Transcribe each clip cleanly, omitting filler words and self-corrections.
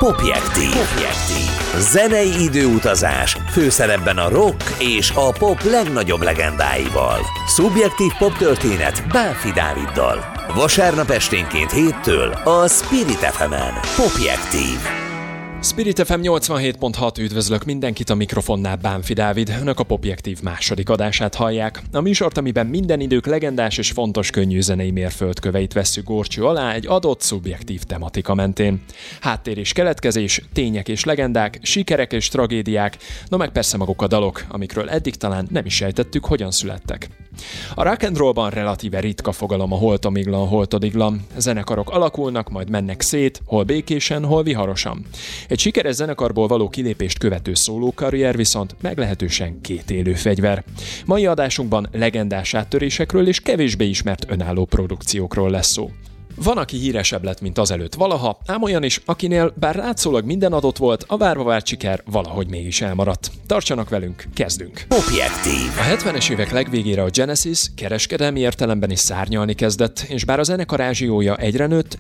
Popjektív. Zenei időutazás, főszerepben a rock és a pop legnagyobb legendáival. Szubjektív poptörténet Bánffy Dáviddal. Vasárnap esténként 7-től a Spirit FM-en. Popjektív. Spirit FM 87.6, üdvözlök mindenkit, a mikrofonnál Bánffy Dávid. Önök a Popjektív második adását hallják. A műsort, amiben minden idők legendás és fontos könnyű zenei mérföldköveit vesszük górcső alá egy adott szubjektív tematika mentén. Háttér és keletkezés, tények és legendák, sikerek és tragédiák, no meg persze maguk a dalok, amikről eddig talán nem is sejtettük, hogyan születtek. A rock and rollban relatíve ritka fogalom a holtomiglan, holtodiglan. Zenekarok alakulnak, majd mennek szét, hol békésen, hol viharosan. Egy sikeres zenekarból való kilépést követő szólókarrier viszont meglehetősen kétélő fegyver. Mai adásunkban legendás áttörésekről és kevésbé ismert önálló produkciókról lesz szó. Van, aki híresebb lett, mint azelőtt valaha, ám olyan is, akinél bár látszólag minden adott volt, a várva várt siker valahogy mégis elmaradt. Tartsanak velünk, kezdünk! Popjektív. A 70-es évek legvégére a Genesis kereskedelmi értelemben is szárnyalni kezdett, és bár a zenekar ázsiója egyre nőtt,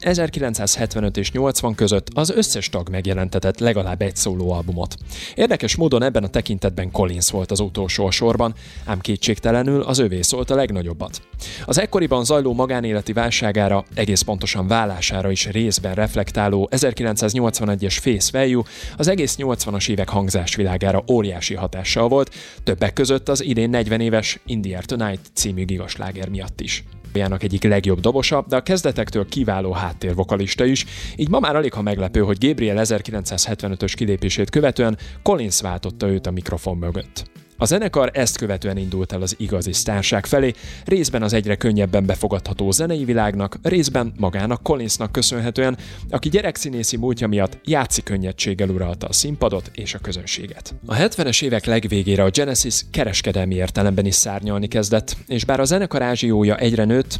1975 és 80 között az összes tag megjelentetett legalább egy szólóalbumot. Érdekes módon ebben a tekintetben Collins volt az utolsó a sorban, ám kétségtelenül az övé szólt a legnagyobbat. Az ekkoriban zajló magánéleti válságára, egész pontosan válására is részben reflektáló 1981-es Face Value az egész 80-as évek hangzásvilágára óriási hatással volt, többek között az idén 40 éves In the Air Tonight című gigasláger miatt is. Jának egyik legjobb dobosa, de a kezdetektől kiváló háttérvokalista is, így ma már aligha meglepő, hogy Gabriel 1975-ös kilépését követően Collins váltotta őt a mikrofon mögött. A zenekar ezt követően indult el az igazi sztárság felé, részben az egyre könnyebben befogadható zenei világnak, részben magának Collinsnak köszönhetően, aki gyerekszínészi múltja miatt játszi könnyedséggel uralta a színpadot és a közönséget. A 70-es évek legvégére a Genesis kereskedelmi értelemben is szárnyalni kezdett, és bár a zenekar ázsiója egyre nőtt,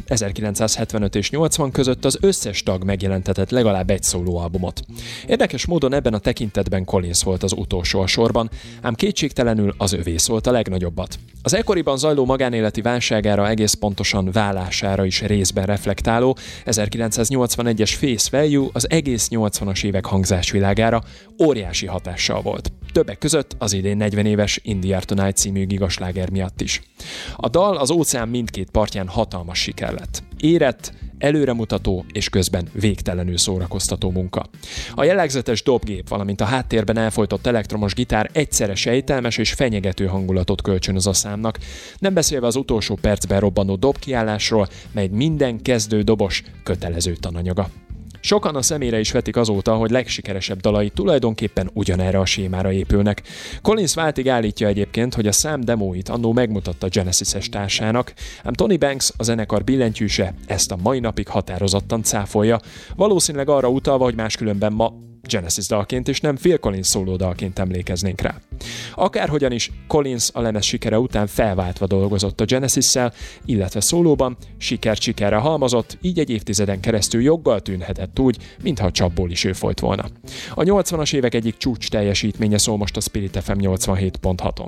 1975 és 80 között az összes tag megjelentetett legalább egy szólóalbumot. Érdekes módon ebben a tekintetben Collins volt az utolsó a sorban, ám kétségtelenül az övé szólt a legnagyobbat. Az ekkoriban zajló magánéleti válságára, egész pontosan válására is részben reflektáló 1981-es Face Value az egész 80-as évek hangzásvilágára óriási hatással volt. Többek között az idén 40 éves In the Air Tonight című gigasláger miatt is. A dal az óceán mindkét partján hatalmas siker lett. Érett, előremutató és közben végtelenül szórakoztató munka. A jellegzetes dobgép, valamint a háttérben elfojtott elektromos gitár egyszerre sejtelmes és fenyegető hangulatot kölcsönöz a számnak, nem beszélve az utolsó percben robbanó dobkiállásról, mely minden kezdő dobos kötelező tananyaga. Sokan a szemére is vetik azóta, hogy legsikeresebb dalai tulajdonképpen ugyanerre a sémára épülnek. Collins váltig állítja egyébként, hogy a szám demóit annó megmutatta Genesis-es társának, ám Tony Banks, a zenekar billentyűse, ezt a mai napig határozottan cáfolja, valószínűleg arra utalva, hogy máskülönben ma Genesis dalként és nem Phil Collins szólódalként emlékeznénk rá. Akárhogyan is, Collins a lemez sikere után felváltva dolgozott a Genesis-szel, illetve szólóban, sikert sikerre halmozott, így egy évtizeden keresztül joggal tűnhetett úgy, mintha a csapból is ő folyt volna. A 80-as évek egyik csúcs teljesítménye szól most a Spirit FM 87.6-on.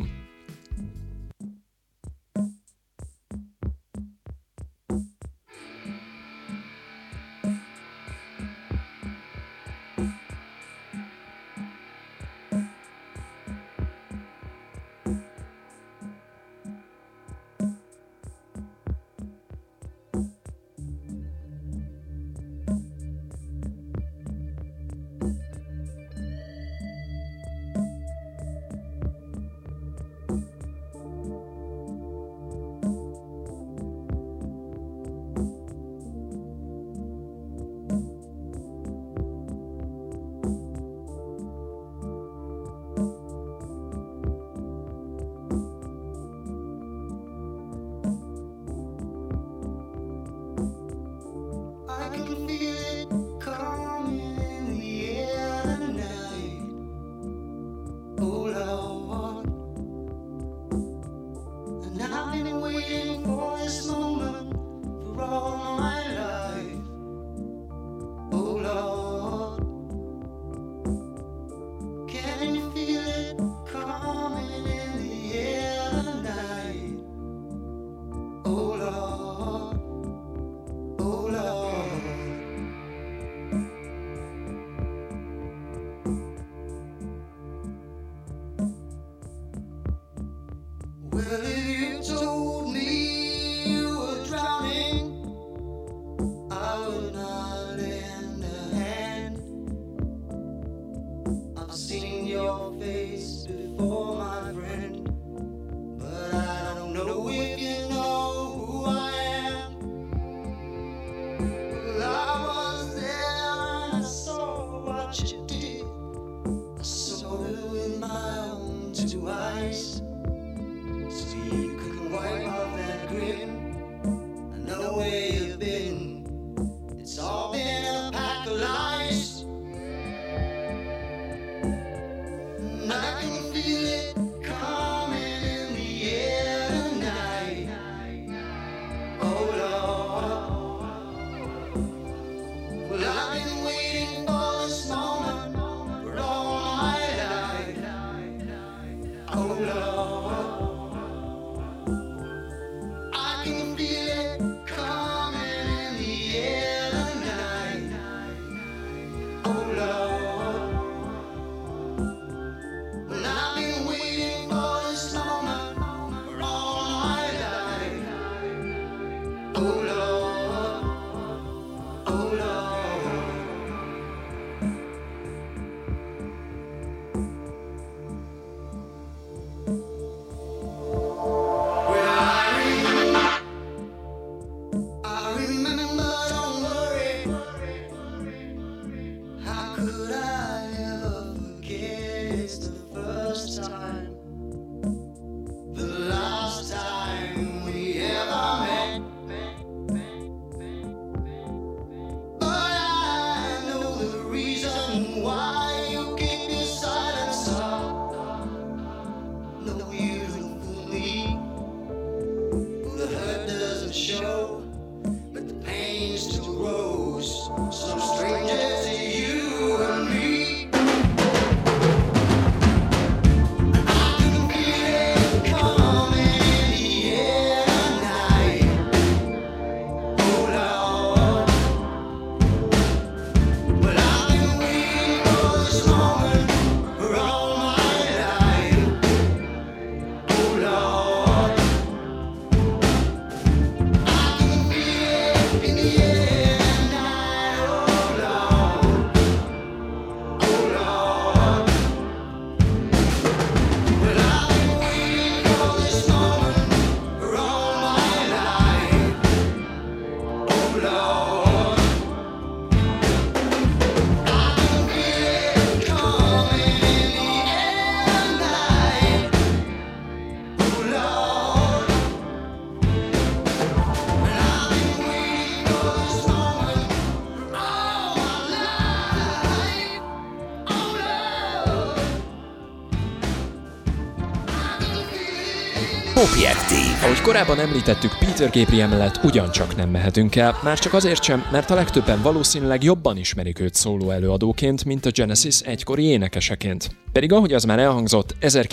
Objektív. Ahogy korábban említettük, Peter Gabriel mellett ugyancsak nem mehetünk el, már csak azért sem, mert a legtöbben valószínűleg jobban ismerik őt szóló előadóként, mint a Genesis egykori énekeseként. Pedig ahogy az már elhangzott,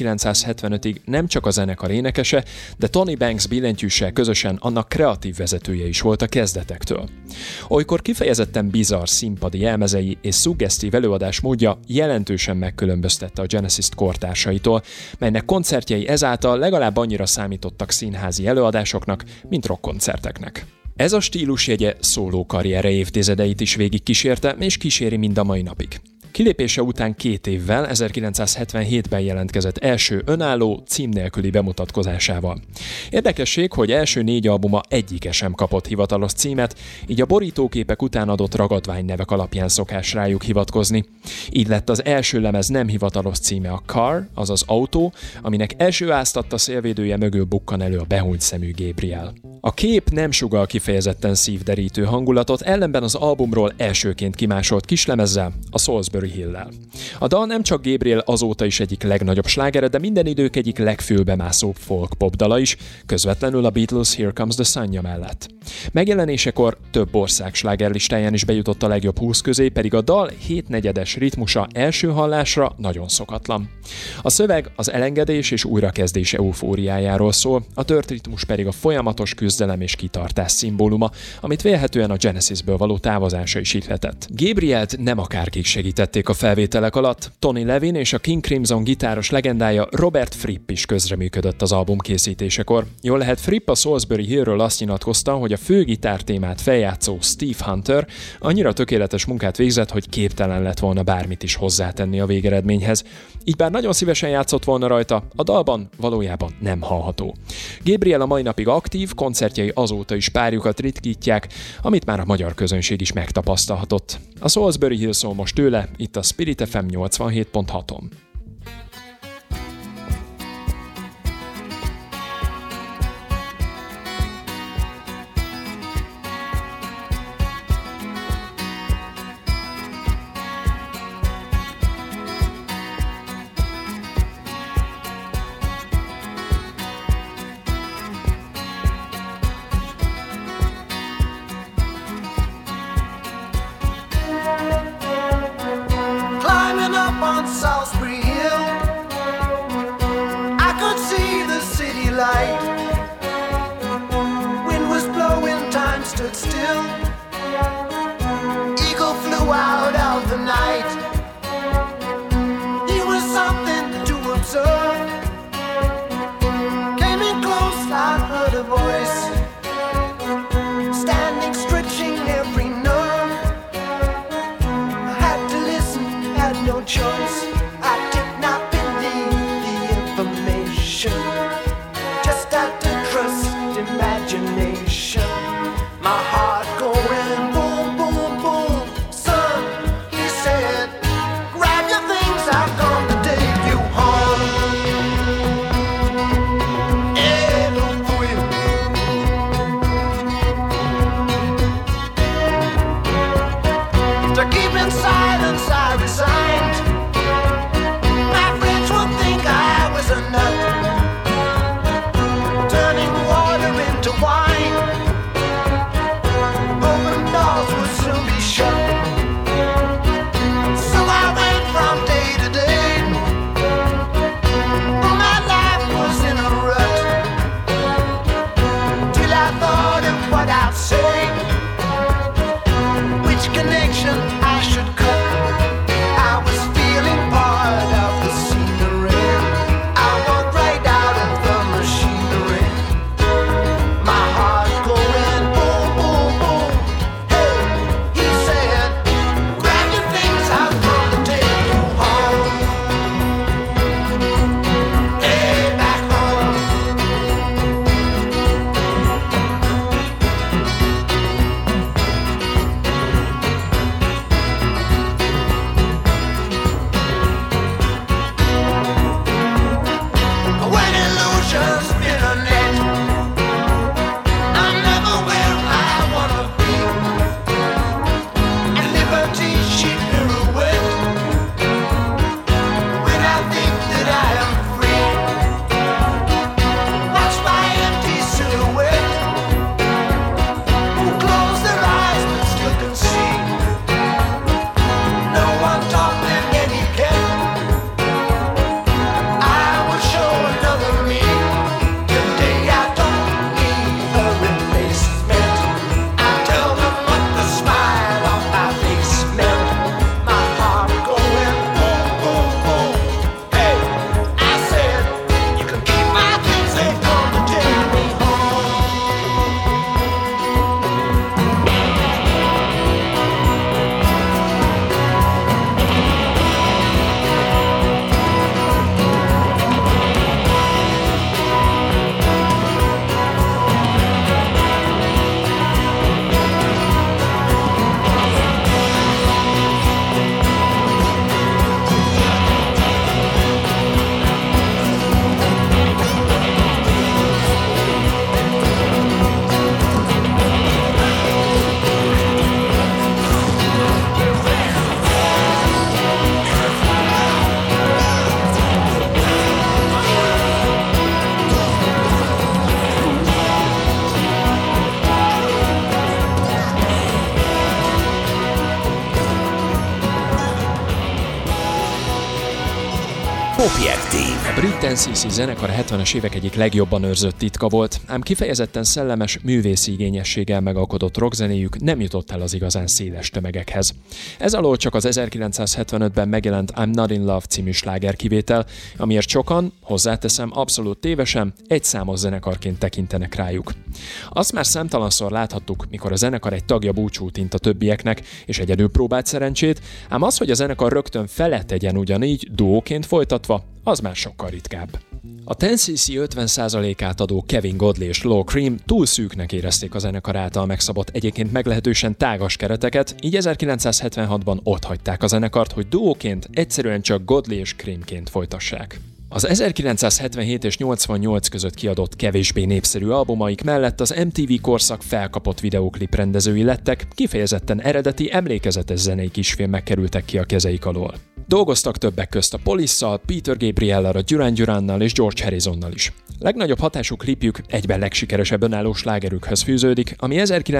1975-ig nem csak a zenekar énekese, de Tony Banks billentyűssel közösen annak kreatív vezetője is volt a kezdetektől. Olykor kifejezetten bizarr színpadi elmezei és szuggesztív előadás módja jelentősen megkülönböztette a Genesis-t kortársaitól, melynek koncertjei ezáltal legalább annyira számítottak színházi előadásoknak, mint rockkoncerteknek. Ez a stílusjegye szóló karriere évtizedeit is végigkísérte, és kíséri mind a mai napig. Kilépése után 2 évvel, 1977-ben jelentkezett első önálló, cím nélküli bemutatkozásával. Érdekesség, hogy első 4 albuma egyike sem kapott hivatalos címet, így a borítóképek után adott ragadványnevek alapján szokás rájuk hivatkozni. Így lett az első lemez nem hivatalos címe a Car, azaz autó, aminek első áztatta szélvédője mögül bukkan elő a behúnyt szemű Gabriel. A kép nem sugall kifejezetten szívderítő hangulatot, ellenben az albumról elsőként kimásolt kislemezzel, a Solsbury Hill-lel. A dal nem csak Gabriel azóta is egyik legnagyobb slágere, de minden idők egyik legfülbemászóbb folk-pop dala is, közvetlenül a Beatles Here Comes the Sun-ja mellett. Megjelenésekor több ország slágerlistáján is bejutott a legjobb 20 közé, pedig a dal 7/4-es ritmusa első hallásra nagyon szokatlan. A szöveg az elengedés és újrakezdés eufóriájáról szól, a tört ritmus pedig a folyamatos küzdelem és kitartás szimbóluma, amit vélhetően a Genesisből való távozása is ihletett. Gabrielt nem akárkik segítették a felvételek alatt, Tony Levin és a King Crimson gitáros legendája Robert Fripp is közreműködött az album készítésekor. Jól lehet, Fripp a Solsbury Hillről azt nyilatkozta, hogy a fő gitártémát feljátszó Steve Hunter annyira tökéletes munkát végzett, hogy képtelen lett volna bármit is hozzátenni a végeredményhez. Így bár nagyon szívesen játszott volna rajta, a dalban valójában nem hallható. Gabriel a mai napig aktív, koncertjei azóta is párjukat ritkítják, amit már a magyar közönség is megtapasztalhatott. A Solsbury Hill szól most tőle, itt a Spirit FM 87.6-on. Salisbury Hill, I could see the city light. Wind was blowing, time stood still. Eagle flew out of the night. He was something to observe. Came in close, I heard a voice, standing, stretching every nerve. I had to listen, had no choice. I did not believe the information, just had to trust imagination. My heart going boom, boom, boom. Son, he said, grab your things, I've come to take you home. To keep in silence I resigned. Popjektív. A brit NCC zenekar a 70-es évek egyik legjobban őrzött titka volt, ám kifejezetten szellemes, művészi igényességgel megalkotott rockzenéjük nem jutott el az igazán széles tömegekhez. Ez alól csak az 1975-ben megjelent I'm Not in Love című sláger kivétel, amiért sokan, hozzáteszem abszolút tévesen, egy számos zenekarként tekintenek rájuk. Azt már számtalanszor láthattuk, mikor a zenekar egy tagja búcsút int a többieknek, és egyedül próbált szerencsét, ám az, hogy a zenekar rögtön fele tegyen ugyanígy, duóként folytatva, az már sokkal ritkább. A 10cc 50%-át adó Kevin Godley és Lou Cream túl szűknek érezték a zenekar által megszabott egyébként meglehetősen tágas kereteket, így 1976-ban otthagyták a zenekart, hogy duóként egyszerűen csak Godley és Creamként folytassák. Az 1977 és 88 között kiadott kevésbé népszerű albumaik mellett az MTV korszak felkapott videóklip rendezői lettek, kifejezetten eredeti, emlékezetes zenei kisfilmek kerültek ki a kezeik alól. Dolgoztak többek közt a Police-szal, Peter Gabriellel, a Duran Durannal és George Harrisonnal is. Legnagyobb hatású klipjük egyben legsikeresebb önálló slágerükhöz fűződik, ami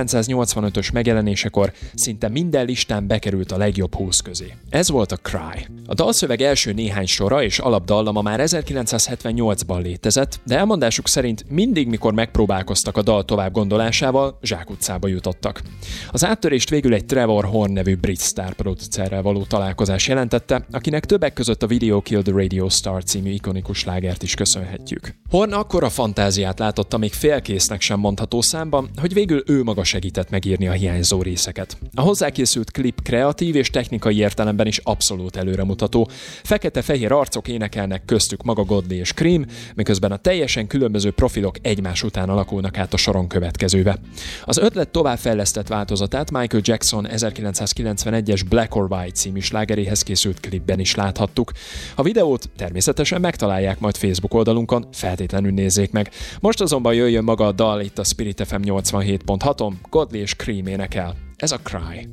1985-ös megjelenésekor szinte minden listán bekerült a legjobb 20 közé. Ez volt a Cry. A dalszöveg első néhány sora és alapdallama már 1978-ban létezett, de elmondásuk szerint mindig, mikor megpróbálkoztak a dal tovább gondolásával, zsákutcába jutottak. Az áttörést végül egy Trevor Horn nevű brit sztár producerrel való találkozás jelentette, akinek többek között a Video Kill the Radio Star című ikonikus slágert is köszönhetjük. Horn akkora fantáziát látott a még félkésznek sem mondható számban, hogy végül ő maga segített megírni a hiányzó részeket. A hozzákészült klip kreatív és technikai értelemben is abszolút előremutató. Fekete-fehér arcok énekelnek, köztük maga Godley és Cream, miközben a teljesen különböző profilok egymás után alakulnak át a soron következőbe. Az ötlet továbbfejlesztett változatát Michael Jackson 1991-es Black or White című slágeréhez készült klipben is láthattuk. A videót természetesen megtalálják majd Facebook oldalunkon, feltétlenül nézzék meg. Most azonban jöjjön maga a dal itt a Spirit FM 87.6-on, Godley és Cream énekel. Ez a Cry.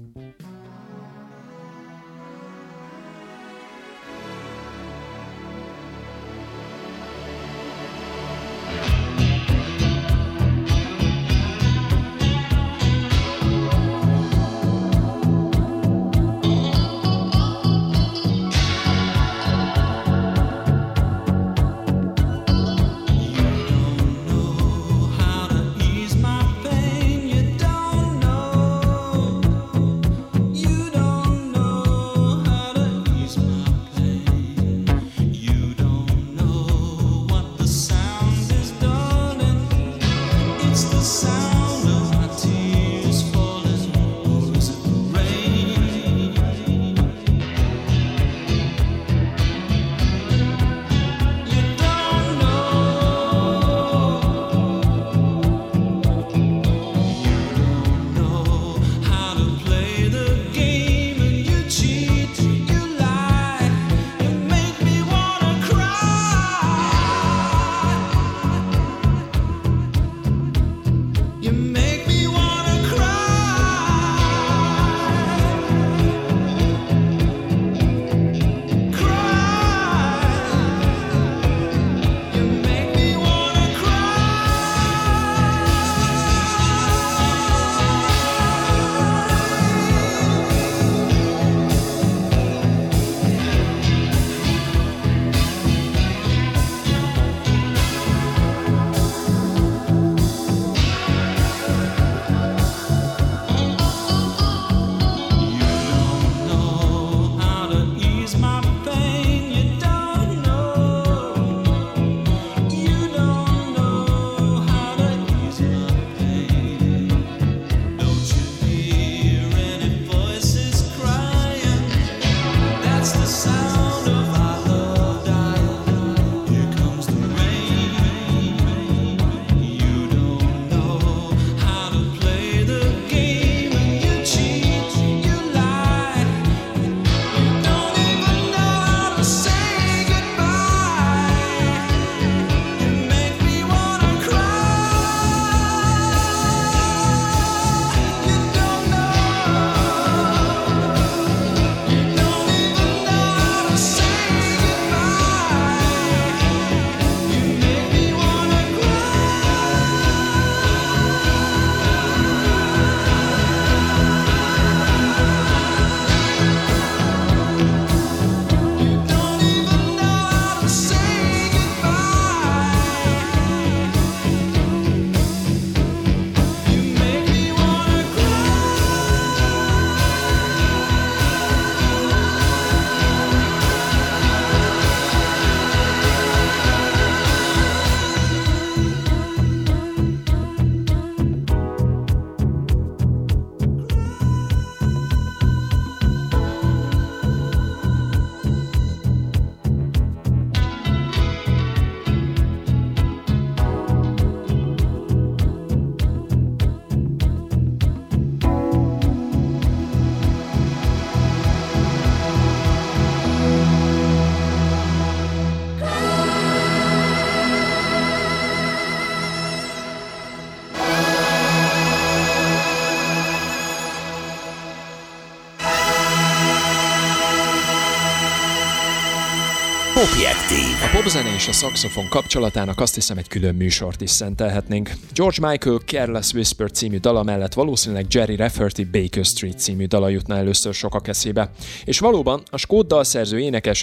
Popjektív. A popzene és a szaxofon kapcsolatának azt hiszem egy külön műsort is szentelhetnénk. George Michael Careless Whisper című dala mellett valószínűleg Jerry Rafferty Baker Street című dala jutna először sokak eszébe. És valóban a skót dalszerző énekes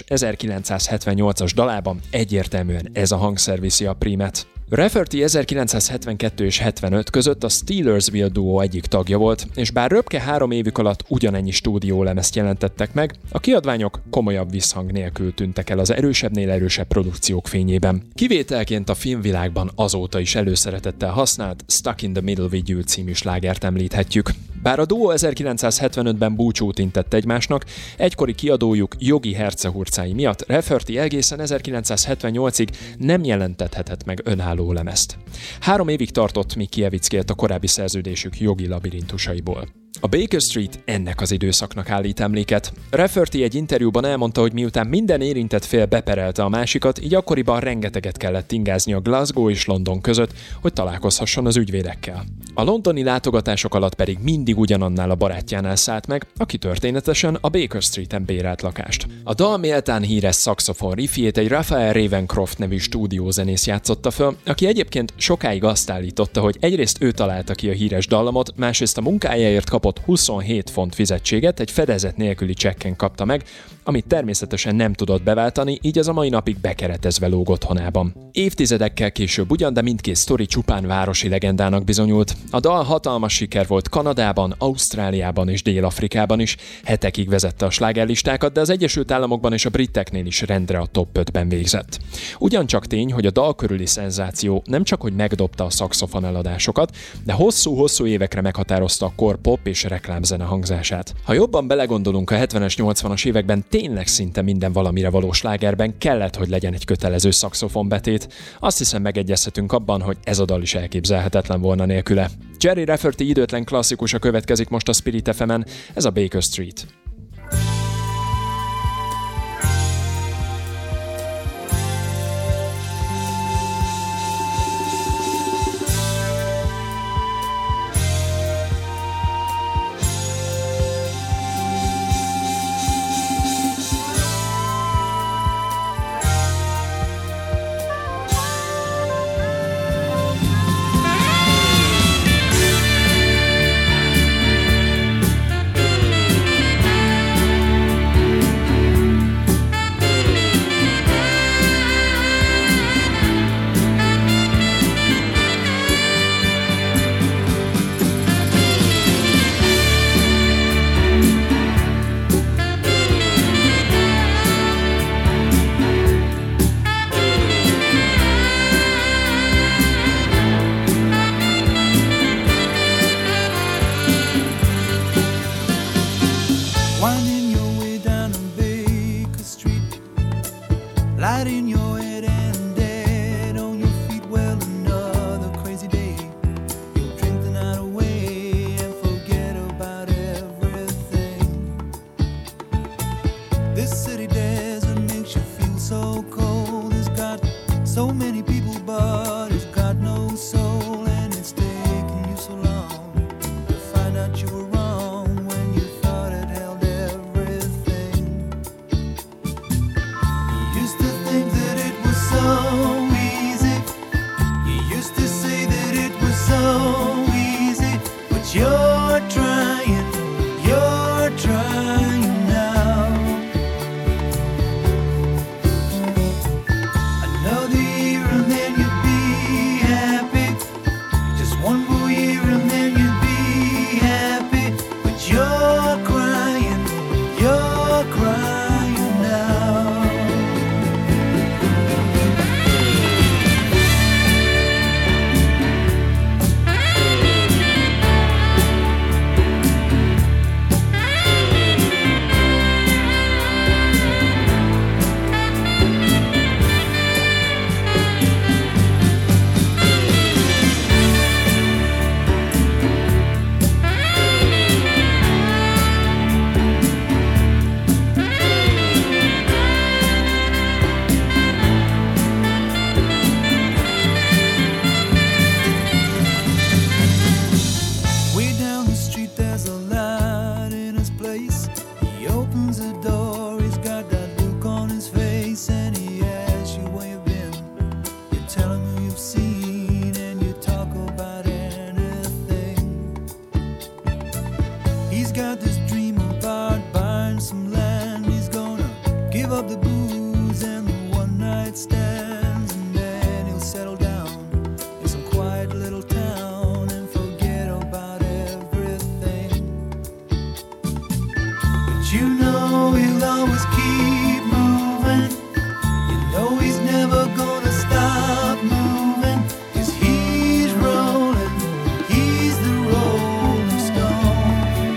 1978-as dalában egyértelműen ez a hangszer viszi a prímet. Rafferty 1972 és 75 között a Steelersville duó egyik tagja volt, és bár röpke 3 évük alatt ugyanennyi stúdiólemezt jelentettek meg, a kiadványok komolyabb visszhang nélkül tűntek el az erősebbnél erősebb produkciók fényében. Kivételként a filmvilágban azóta is előszeretettel használt Stuck in the Middle with You című slágert említhetjük. Bár a duó 1975-ben búcsút intett egymásnak, egykori kiadójuk jogi hercehurcái miatt Rafferty egészen 1978-ig nem jelentethetett meg önálló lemezt. 3 évig tartott, míg kievickélt a korábbi szerződésük jogi labirintusaiból. A Baker Street ennek az időszaknak állít emléket. Rafferty egy interjúban elmondta, hogy miután minden érintett fél beperelte a másikat, így akkoriban rengeteget kellett ingázni a Glasgow és London között, hogy találkozhasson az ügyvédekkel. A londoni látogatások alatt pedig mindig ugyanannál a barátjánál szállt meg, aki történetesen a Baker Streeten bérelt lakást. A dal méltán híres szaxofon riffjét egy Raphael Ravencroft nevű stúdiózenész játszotta föl, aki egyébként sokáig azt állította, hogy egyrészt ő találta ki a híres dallamot, másrészt a munkájáért kapott 27 font fizetséget, egy fedezet nélküli csekken kapta meg, amit természetesen nem tudott beváltani, így az a mai napig bekeretezve lóg otthonában. Évtizedekkel később ugyan, de mindkét sztori csupán városi legendának bizonyult. A dal hatalmas siker volt Kanadában, Ausztráliában és Dél-Afrikában is, hetekig vezette a slágerlistákat, de az Egyesült Államokban és a briteknél is rendre a top 5-ben végzett. Ugyancsak tény, hogy a dal körüli szenzáció nem csak hogy megdobta a szaxofon eladásokat, de hosszú-hosszú évekre meghatározta a kor pop és reklámzene hangzását. Ha jobban belegondolunk, a 70-es, 80-as években tényleg szinte minden valamire való slágerben kellett, hogy legyen egy kötelező szaxofonbetét. Azt hiszem megegyezhetünk abban, hogy ez a dal is elképzelhetetlen volna nélküle. Jerry Rafferty időtlen klasszikusa következik most a Spirit FM-en, ez a Baker Street. Another year night stands and then he'll settle down in some quiet little town and forget about everything. But you know he'll always keep moving. You know he's never gonna stop moving, 'cause he's rolling, he's the rolling stone.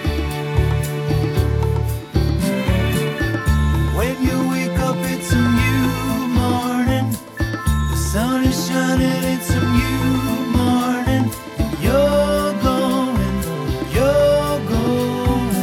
When you wake up it's a new morning, the sun is shining, it's a new morning, and you're going home.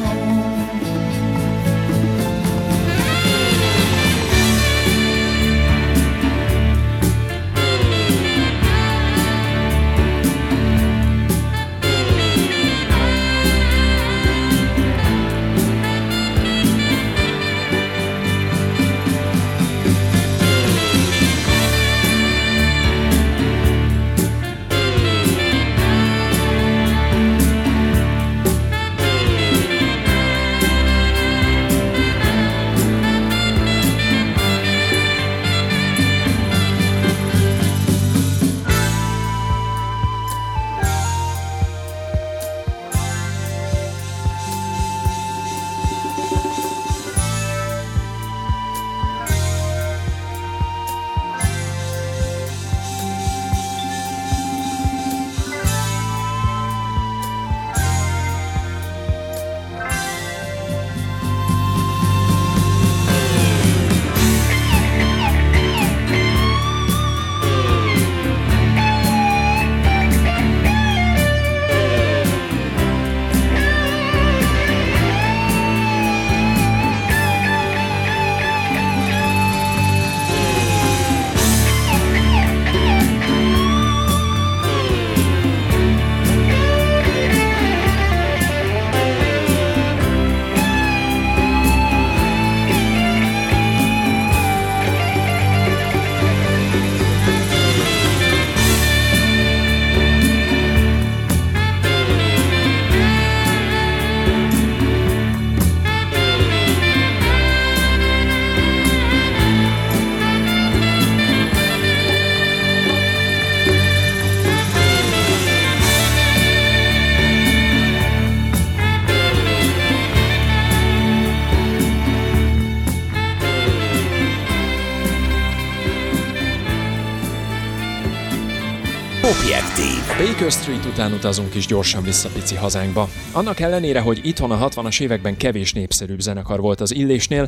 Objektív. A Baker Street után utazunk is gyorsan vissza pici hazánkba. Annak ellenére, hogy itthon a 60-as években kevés népszerűbb zenekar volt az Illésnél,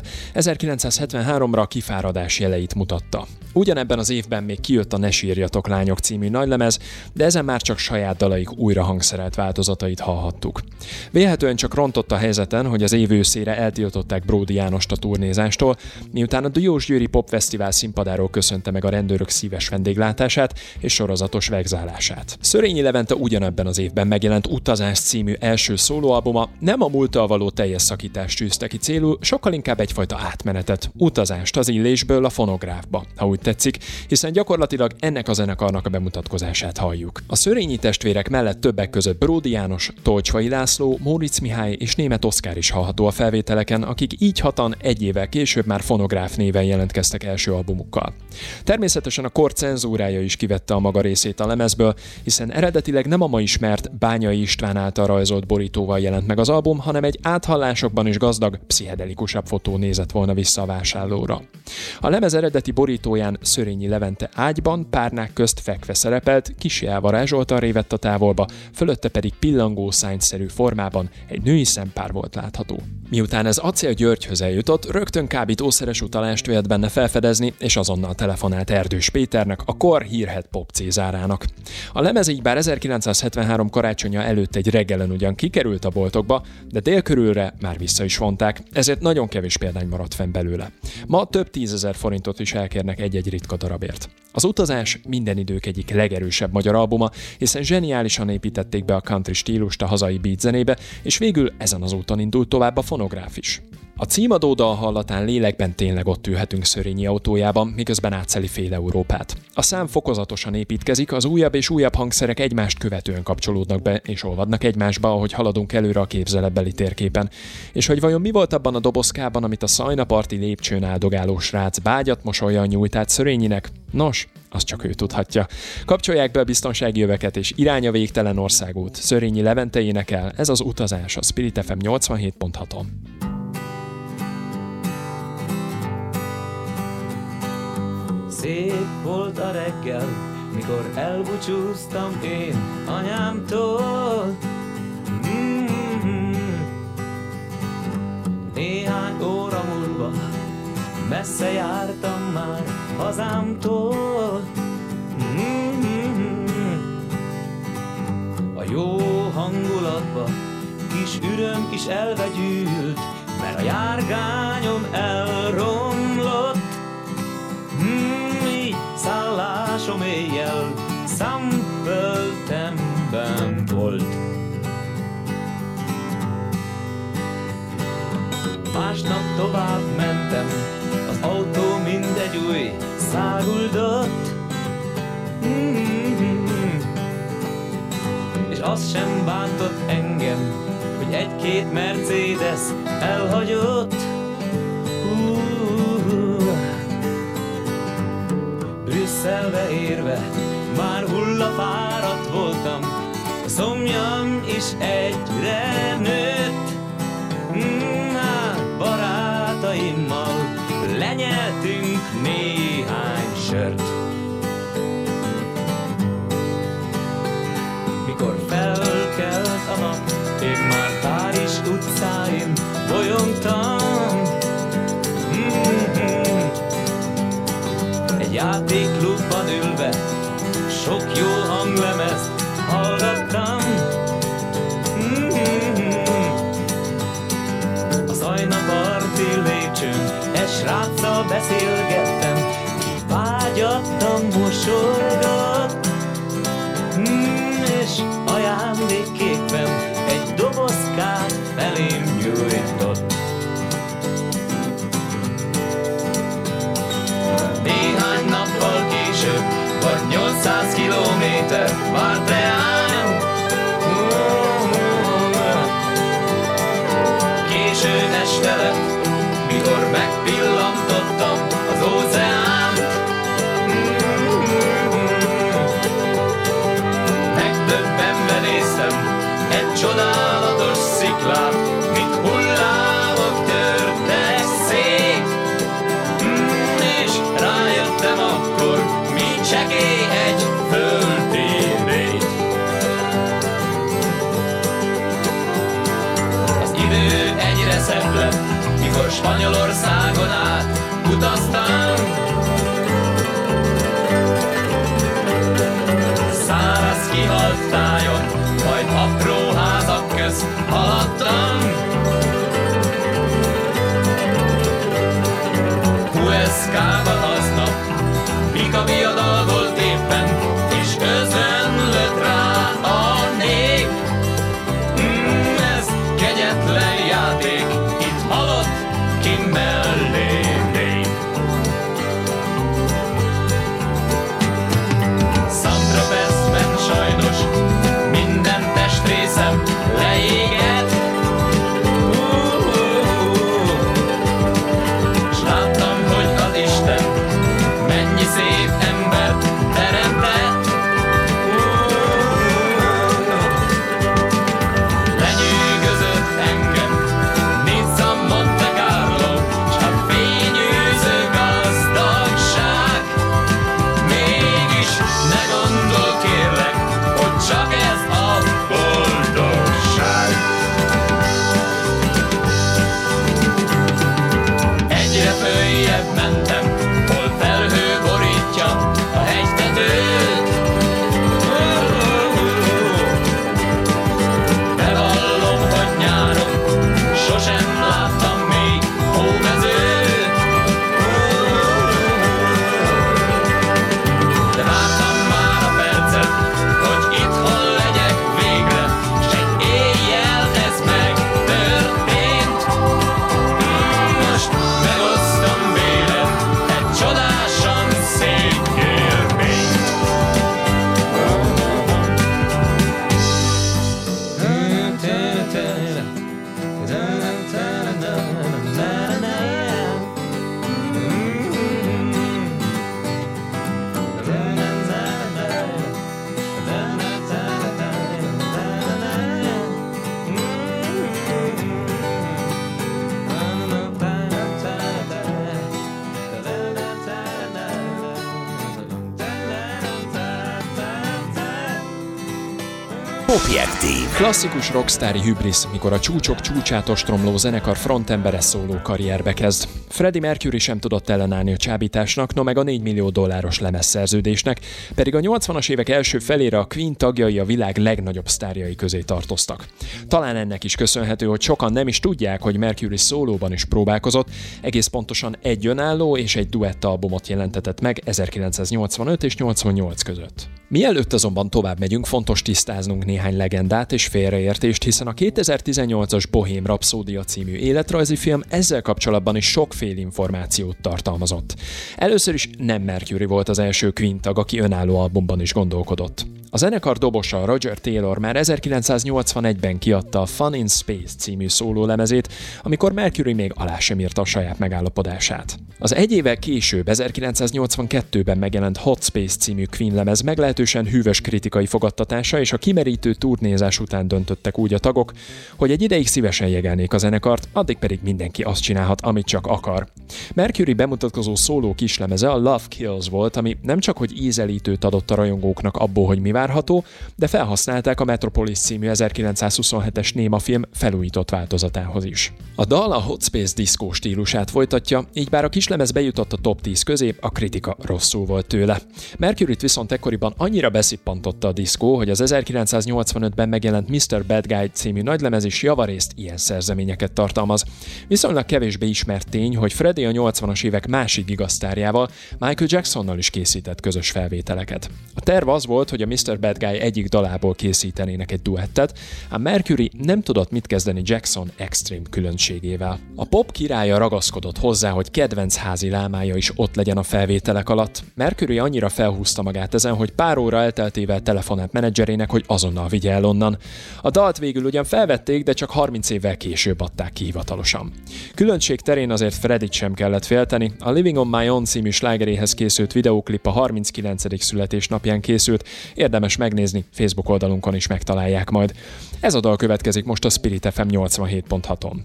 1973-ra a kifáradás jeleit mutatta. Ugyanebben az évben még kijött a Ne sírjatok lányok című nagylemez, de ezen már csak saját dalaik újra hangszerelt változatait hallhattuk. Vélhetően csak rontott a helyzeten, hogy az év őszére eltiltották Bródi Jánost a turnézástól, miután a Diósgyőri Popfesztivál színpadáról köszönte meg a rendőrök szíves vendéglátását és sorozatos vegzálását. Szörényi Levente ugyanebben az évben megjelent Utazás című első szólóalbuma nem a múlttal való teljes szakítást tűzte ki célul, sokkal inkább egyfajta átmenetet, utazást az Illésből a fonográfba, ha úgy tetszik, hiszen gyakorlatilag ennek a zenekarnak a bemutatkozását halljuk. A Szörényi testvérek mellett többek között Bródi János, Tolcsvai László, Móricz Mihály és Németh Oszkár is hallható a felvételeken, akik így hatan egy évvel később már fonográf néven jelentkeztek első albumukkal. Természetesen a kor cenzúrája is kivette a maga részét a lemezből, hiszen eredetileg nem a ma ismert Bányai István által rajzolt borítóval jelent meg az album, hanem egy áthallásokban is gazdag, pszichedelikusabb fotó nézett volna vissza a vásárlóra. A lemez eredeti borítóján Szörényi Levente ágyban, párnák közt fekve szerepelt, kissé elvarázsoltan révett a távolba, fölötte pedig pillangó szányszerű formában egy női szempár volt látható. Miután ez Acél Györgyhöz eljutott, rögtön kábítószeres utalást vélt benne felfedezni, és azonnal telefonált Erdős Péternek, a kor hírhedt Pop Cézárának. A lemez így bár 1973 karácsonya előtt egy reggelen ugyan kikerült a boltokba, de délkörülre már vissza is vonták, ezért nagyon kevés példány maradt fenn belőle. Ma több 10 000 forintot is elkérnek egy-egy ritka darabért. Az Utazás minden idők egyik legerősebb magyar albuma, hiszen zseniálisan építették be a country stílust a hazai beat zenébe, és végül ezen az úton indult tovább a fonográf is. A címadó dal hallatán lélekben tényleg ott ülhetünk Szörényi autójában, miközben átszeli fél Európát. A szám fokozatosan építkezik, az újabb és újabb hangszerek egymást követően kapcsolódnak be és olvadnak egymásba, ahogy haladunk előre a képzeletbeli térképen. És hogy vajon mi volt abban a dobozkában, amit a szajnaparti lépcsőn áldogáló srác bágyat mosolyan nyújt át Szörényinek? Nos, azt csak ő tudhatja. Kapcsolják be a biztonsági jöveket és irány a végtelen országút. Szörényi Levente énekel, ez az utazás a Spirit FM 87.6-on. Szép volt a reggel, mikor elbúcsúztam én anyámtól. Néhány óra múlva messze jártam már hazámtól. A jó hangulatba kis üröm is elvegyült, mert a járgányom elromlott. Így szállásom éjjel Szamföldtemben volt. Másnap tovább mentem, az autó mindegy új száguldott. És az sem bántott engem, hogy egy-két Mercedes elhagyott. Brüsszelbe érve már hullafáradt voltam, a szomjam is egyre nőtt. Barátaimmal lenyeltünk néhány sört. Mikor felkelt a nap, én már Párizs utcáin bolyongtam. Egy játékklubban ülve sok jó hanglemezt hallgattam. A Szajnaparti lépcsőn egy sráccal beszélgettem, ki vágyattam, mosolygott, és ajándékképpen egy dobozkát felém nyújtott. Néhány nappal később, vagy 800 kilométer várt reám. Késő este lett, mikor megpillantottam az óceánt. Megdöbbenve néztem egy csodálatos sziklát, mint hullámok törtek szét. És rájöttem akkor, mi csekély egy földi rét. Az idő egyre szebb lett, mikor Spanyolországon át utaztam. Száraz kihalt tájon, majd apró házak közt haladtam. Huescában aznap Mika viadal volt éppen, és özönlött rá a nép. Ez kegyetlen játék, itt halott ki mellé nép. Saint-Tropezben sajnos minden testrészem leégett. S láttam, hogy az Isten mennyi szép ember Popjektív. Klasszikus rockstári hübrisz, mikor a csúcsok csúcsát ostromló zenekar frontembere szóló karrierbe kezd. Freddie Mercury sem tudott ellenállni a csábításnak, no meg a $4 millió lemezszerződésnek, pedig a 80-as évek első felére a Queen tagjai a világ legnagyobb sztárjai közé tartoztak. Talán ennek is köszönhető, hogy sokan nem is tudják, hogy Mercury szólóban is próbálkozott, egész pontosan egy önálló és egy duettalbumot jelentetett meg 1985 és 88 között. Mielőtt azonban tovább megyünk, fontos tisztáznunk néhány legendát és félreértést, hiszen a 2018-as Bohém Rapszódia című életrajzi film ezzel kapcsolatban is sokféle információt tartalmazott. Először is nem Mercury volt az első Queen tag, aki önálló albumban is gondolkodott. A zenekar dobosa Roger Taylor már 1981-ben kiadta a Fun in Space című szólólemezét, amikor Mercury még alá sem írta a saját megállapodását. Az egy évvel később, 1982-ben megjelent Hot Space című Queen lemez meglehetősen hűvös kritikai fogadtatása, és a kimerítő turnézás után döntöttek úgy a tagok, hogy egy ideig szívesen jegelnék a zenekart, addig pedig mindenki azt csinálhat, amit csak akar. Mercury bemutatkozó szóló kislemeze a Love Kills volt, ami nem csak hogy ízelítőt adott a rajongóknak abból, hogy mi várható, de felhasználták a Metropolis című 1927-es némafilm felújított változatához is. A dal a Hot Space diszkó stílusát folytatja, így bár a kislemez bejutott a top 10 közé, a kritika rosszul volt tőle. Mercuryt viszont ekkoriban annyira beszippantotta a diszkó, hogy az 1985-ben megjelent Mr. Bad Guy című nagylemez is javarészt ilyen szerzeményeket tartalmaz. Viszonylag kevésbé ismert tény, hogy Freddie a 80-as évek másik gigasztárjával, Michael Jacksonnal is készített közös felvételeket. A terv az volt, hogy a Mr. Bad Guy egyik dalából készítenének egy duettet, ám Mercury nem tudott mit kezdeni Jackson extrém különbségével. A pop királya ragaszkodott hozzá, hogy kedvenc házi lámája is ott legyen a felvételek alatt. Mercury annyira felhúzta magát ezen, hogy pár óra elteltével telefonált menedzserének, hogy azonnal vigye el onnan. A dalt végül ugyan felvették, de csak 30 évvel később adták ki hivatalosan. Különbség terén azért Freddie-t sem kellett félteni. A Living on My Own című slágeréhez készült videóklip a 39. születésnapján készült, érdemes megnézni, Facebook oldalunkon is megtalálják majd. Ez a dal következik most a Spirit FM 87.6-on.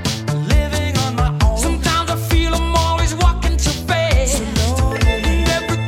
Every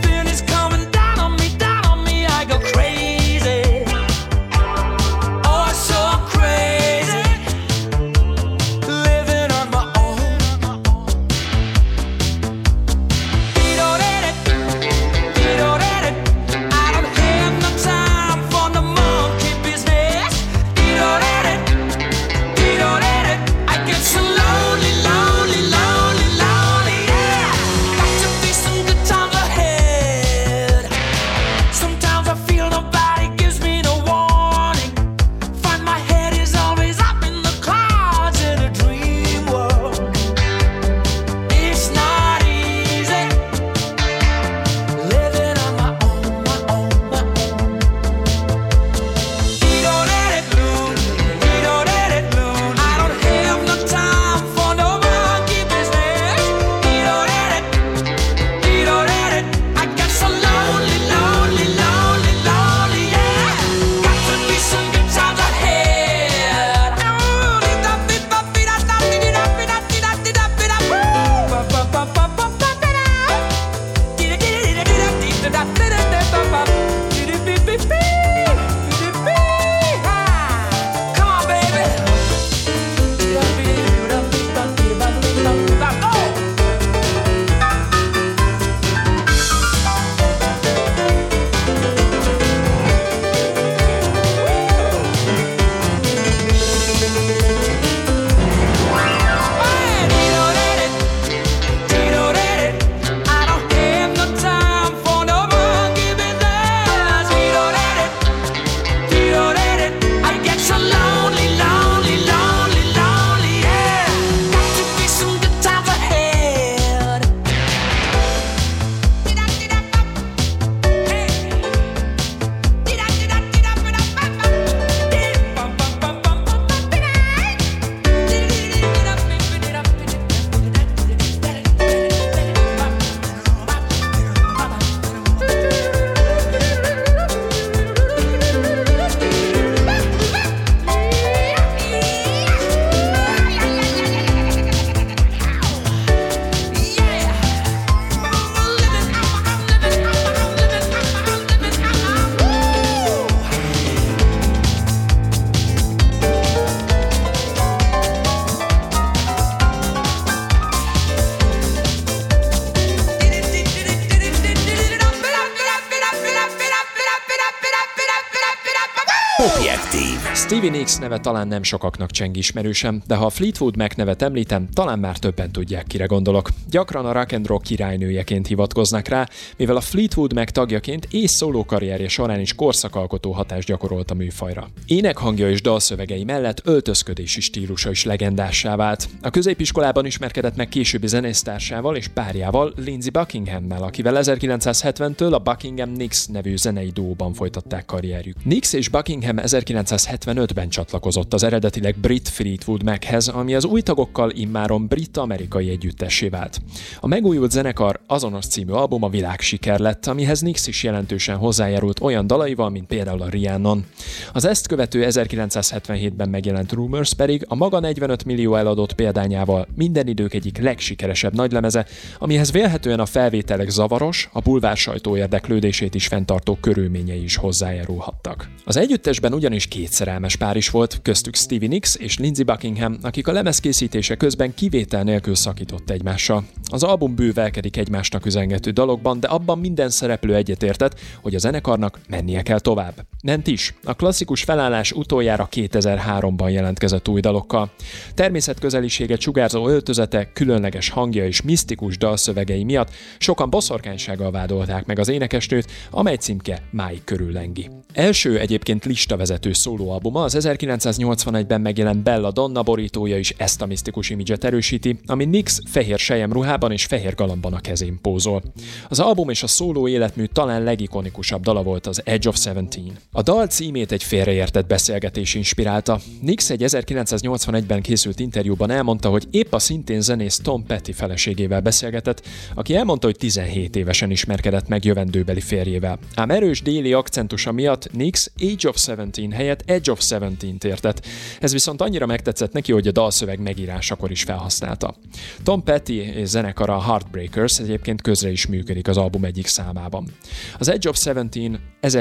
Objektív. Stevie Nicks neve talán nem sokaknak cseng ismerősem, de ha a Fleetwood Mac nevet említem, talán már többen tudják, kire gondolok. Gyakran a rock and roll királynőjeként hivatkoznak rá, mivel a Fleetwood Mac tagjaként és szóló karrierje során is korszakalkotó hatást gyakorolt a műfajra. Énekhangja és dalszövegei mellett öltözködési stílusa is legendássá vált. A középiskolában ismerkedett meg későbbi zenésztársával és párjával, Lindsey Buckinghammel, akivel 1970-től a Buckingham Nicks nevű zenei duóban folytatták karrierjük. Nicks és Buckingham 1975-ben csatlakozott az eredetileg brit Fleetwood Machez, ami az új tagokkal immáron brit-amerikai együttessé vált. A megújult zenekar azonos című albuma világsiker lett, amihez Nicks is jelentősen hozzájárult olyan dalaival, mint például a Rhiannon. Az ezt követő 1977-ben megjelent Rumors pedig a maga 45 millió eladott példányával minden idők egyik legsikeresebb nagylemeze, amihez vélhetően a felvételek zavaros, a bulvár sajtó érdeklődését is fenntartó körülményei is hozzájárulhattak. Az együttesben ugyanis két szerelmes pár is volt, köztük Stevie Nicks és Lindsey Buckingham, akik a lemez készítése közben kivétel nélkül szakított egymással. Az album bővelkedik egymásnak üzengető dalokban, de abban minden szereplő egyetértett, hogy a zenekarnak mennie kell tovább. Ment is. A klasszikus felállás utoljára 2003-ban jelentkezett új dalokkal. Természetközeliséget sugárzó öltözete, különleges hangja és misztikus dalszövegei miatt sokan boszorkánysággal vádolták meg az énekesnőt, amely címke máig körüllengi. Első egyébként listavezető szólóalbuma, az 1981-ben megjelent Bella Donna borítója is ezt a misztikus imidzset erősíti, ami Nicks fehér selyemruhában és fehér galambban a kezén pózol. Az album és a szóló életmű talán legikonikusabb dala volt az Edge of 17. A dal címét egy félreértett beszélgetés inspirálta. Nicks egy 1981-ben készült interjúban elmondta, hogy épp a szintén zenész Tom Petty feleségével beszélgetett, aki elmondta, hogy 17 évesen ismerkedett meg jövendőbeli férjével. Ám erős déli akcentusa miatt Nicks Age of 17 helyett Edge of 17-t értett. Ez viszont annyira megtetszett neki, hogy a dalszöveg megírásakor is felhasználta. Tom Petty és zenekara Heartbreakers egyébként közre is működik az album egyik számában. Az Edge of 17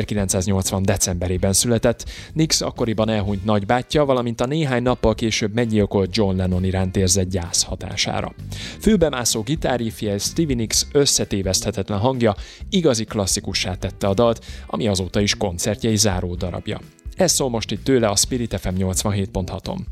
1980 decemberében született, Nicks akkoriban elhunyt nagybátyja, valamint a néhány nappal később meggyilkolt John Lennon iránt érzett gyász hatására. Fülbemászó gitárriffje és Stevie Nicks összetéveszthetetlen hangja igazi klasszikussá tette a dalt, ami azóta is koncertjei záró darabja. Ez szól most itt tőle a Spirit FM 87.6-on.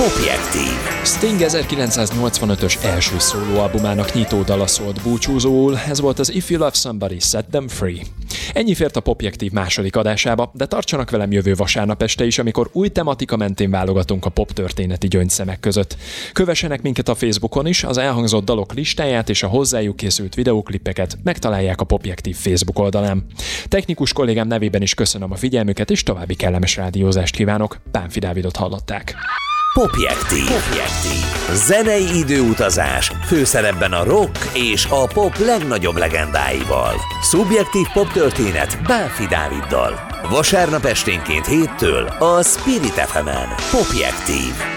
Popjektív. Sting 1985-ös első szólóalbumának nyitó dala szólt búcsúzóul, ez volt az If You Love Somebody, Set Them Free. Ennyi fért a Popjektív második adásába, de tartsanak velem jövő vasárnap este is, amikor új tematika mentén válogatunk a poptörténeti gyöngyszemek között. Kövessenek minket a Facebookon is, az elhangzott dalok listáját és a hozzájuk készült videóklippeket megtalálják a Popjektív Facebook oldalán. Technikus kollégám nevében is köszönöm a figyelmüket, és további kellemes rádiózást kívánok. Bánfi Dávidot hallották. Popjektív. Zenei időutazás, főszerepben a rock és a pop legnagyobb legendáival. Szubjektív poptörténet Bánfi Dáviddal. Vasárnap esténként 7-től a Spirit FM-en. Popjektív.